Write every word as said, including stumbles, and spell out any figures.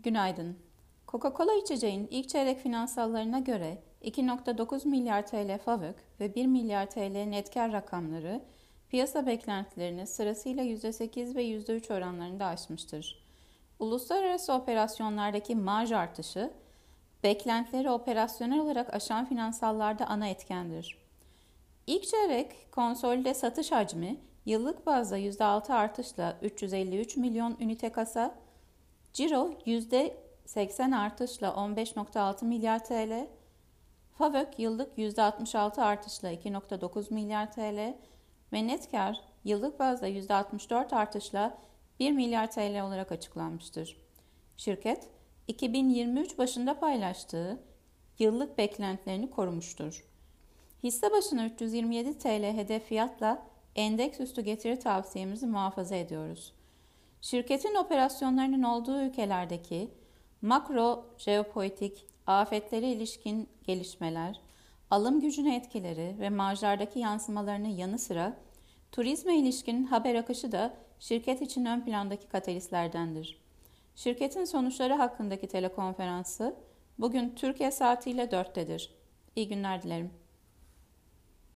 Günaydın. Coca-Cola içeceğin ilk çeyrek finansallarına göre iki virgül dokuz milyar T L FAVÖK ve bir milyar T L net kar rakamları piyasa beklentilerini sırasıyla yüzde sekiz ve yüzde üç oranlarında aşmıştır. Uluslararası operasyonlardaki marj artışı, beklentileri operasyonel olarak aşan finansallarda ana etkendir. İlk çeyrek konsolide satış hacmi yıllık bazda yüzde altı artışla üç yüz elli üç milyon ünite kasa, ciro yüzde seksen artışla on beş virgül altı milyar T L, FAVÖK yıllık yüzde altmış altı artışla iki virgül dokuz milyar T L ve net kar yıllık bazda yüzde altmış dört artışla bir milyar T L olarak açıklanmıştır. Şirket, iki bin yirmi üç başında paylaştığı yıllık beklentilerini korumuştur. Hisse başına üç yüz yirmi yedi T L hedef fiyatla endeks üstü getiri tavsiyemizi muhafaza ediyoruz. Şirketin operasyonlarının olduğu ülkelerdeki makro jeopolitik afetlere ilişkin gelişmeler, alım gücüne etkileri ve marjlardaki yansımalarının yanı sıra turizme ilişkin haber akışı da şirket için ön plandaki katalistlerdendir. Şirketin sonuçları hakkındaki telekonferansı bugün Türkiye saatiyle dörttedir. İyi günler dilerim.